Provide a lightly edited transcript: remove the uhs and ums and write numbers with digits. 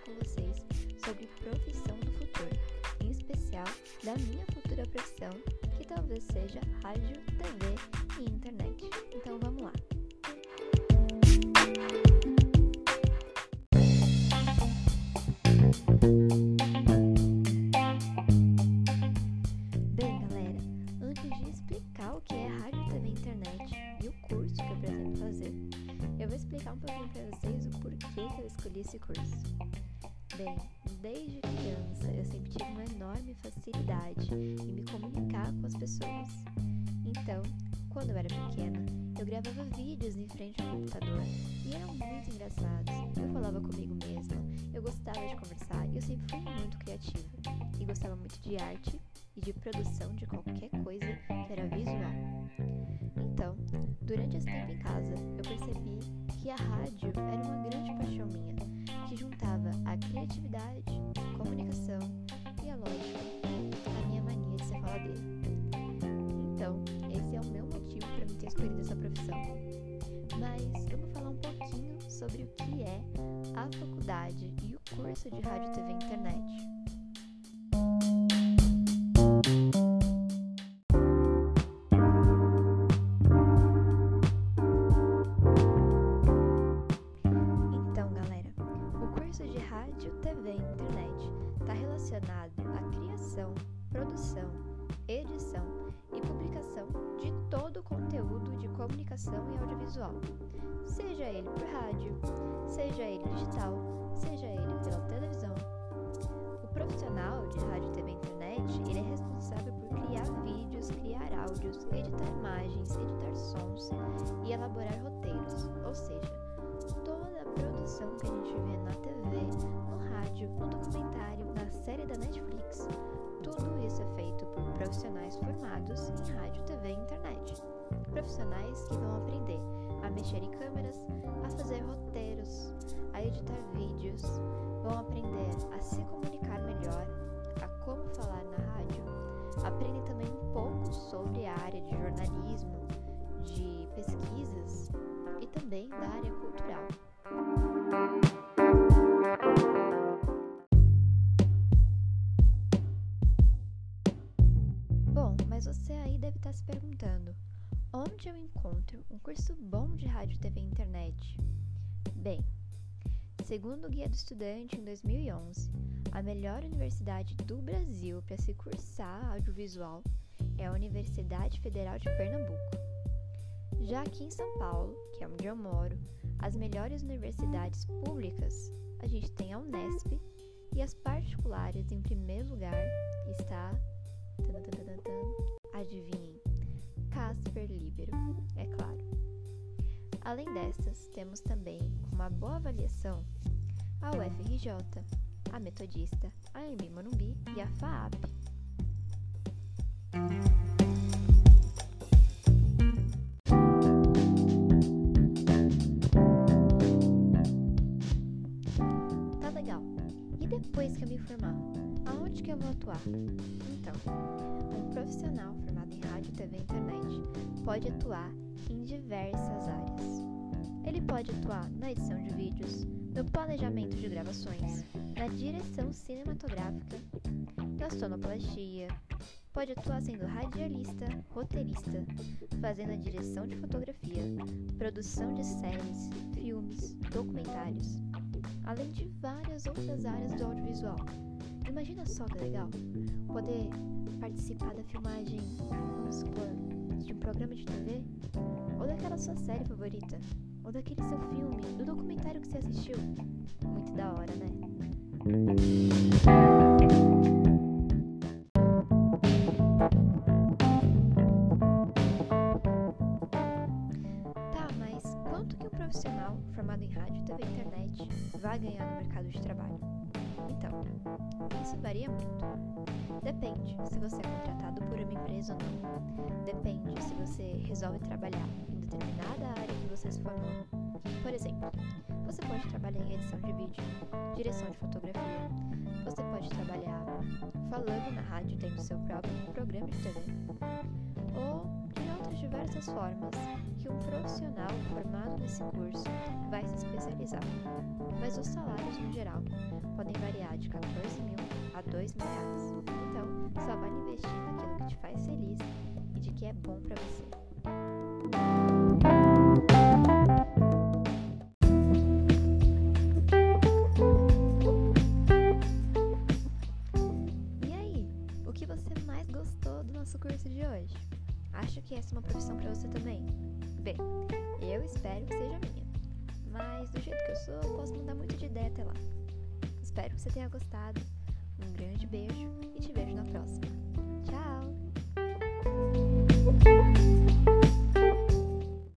com vocês sobre profissão do futuro, em especial da minha futura profissão, que talvez seja rádio, TV e internet. Então vamos lá! Bem, galera, antes de explicar o que é rádio, TV e internet e o curso que eu pretendo fazer, eu vou explicar um pouquinho para vocês o porquê que eu escolhi esse curso. Bem, desde criança eu sempre tive uma enorme facilidade em me comunicar com as pessoas. Então, quando eu era pequena, eu gravava vídeos em frente ao computador e eram muito engraçados. Eu falava comigo mesma, eu gostava de conversar e eu sempre fui muito criativa. E gostava muito de arte e de produção de qualquer coisa que era visual. Então, durante esse tempo em casa, eu percebi que a rádio era uma grande paixão minha, que juntava a criatividade, comunicação e, é lógico, a minha mania de ser faladeira. Então, esse é o meu motivo para mim ter escolhido essa profissão. Mas vamos falar um pouquinho sobre o que é a faculdade e o curso de rádio, TV e internet. Então, galera, o curso de rádio, TV e internet está relacionado à criação, produção, edição e publicação de todo o conteúdo de comunicação e audiovisual, seja ele por rádio, seja ele digital, seja ele pela televisão. O profissional de rádio, TV e internet, ele é responsável por criar vídeos, criar áudios, editar imagens, editar sons e elaborar roteiros, ou seja, toda a produção que a gente vê na TV, no rádio, no documentário, na série da Netflix, tudo isso é feito por profissionais formados em rádio, TV e internet. Profissionais que vão aprender a mexer em câmeras, a fazer roteiros, a editar vídeos, vão aprender a se comunicar melhor, a como falar na rádio, aprendem também um pouco sobre a área de jornalismo, de pesquisas e também da área cultural. Bom, mas você aí deve estar se perguntando, onde eu encontro um curso bom de rádio, TV e internet? Bem, segundo o Guia do Estudante em 2011, a melhor universidade do Brasil para se cursar audiovisual é a Universidade Federal de Pernambuco. Já aqui em São Paulo, que é onde eu moro, as melhores universidades públicas, a gente tem a Unesp, e as particulares, em primeiro lugar, está... Adivinhem, Casper Líbero, é claro. Além dessas, temos também, com uma boa avaliação, a UFRJ, a Metodista, a Anhembi Morumbi e a FAAP. Tá legal. E depois que eu me formar, aonde que eu vou atuar? Então, um profissional formado em rádio, TV e internet pode atuar em diversas áreas. Ele pode atuar na edição de vídeos, no planejamento de gravações, na direção cinematográfica, na sonoplastia, pode atuar sendo radialista, roteirista, fazendo a direção de fotografia, produção de séries, filmes, documentários, além de várias outras áreas do audiovisual. Imagina só que legal, poder participar da filmagem, vamos supor, de um programa de TV, ou daquela sua série favorita, ou daquele seu filme, do documentário que você assistiu. Muito da hora, né? Tá, mas quanto que um profissional formado em rádio, TV e internet vai ganhar no mercado de trabalho? Então, isso varia muito. Depende se você é contratado por uma empresa ou não. Depende se você resolve trabalhar em determinada área que você se formou. Por exemplo, você pode trabalhar em edição de vídeo, direção de fotografia. Você pode trabalhar falando na rádio, tendo seu próprio programa de TV. ou de outras diversas formas que um profissional formado nesse curso vai se especializar. Mas os salários, no geral, podem variar de 14 mil a 2 mil reais. Então, só vale investir naquilo que te faz feliz e de que é bom para você. E aí, o que você mais gostou do nosso curso de hoje? Acha que essa é uma profissão para você também? Bem, eu espero que seja minha. Mas do jeito que eu sou, eu posso mudar muito de ideia até lá. Espero que você tenha gostado. Um grande beijo e te vejo na próxima. Tchau!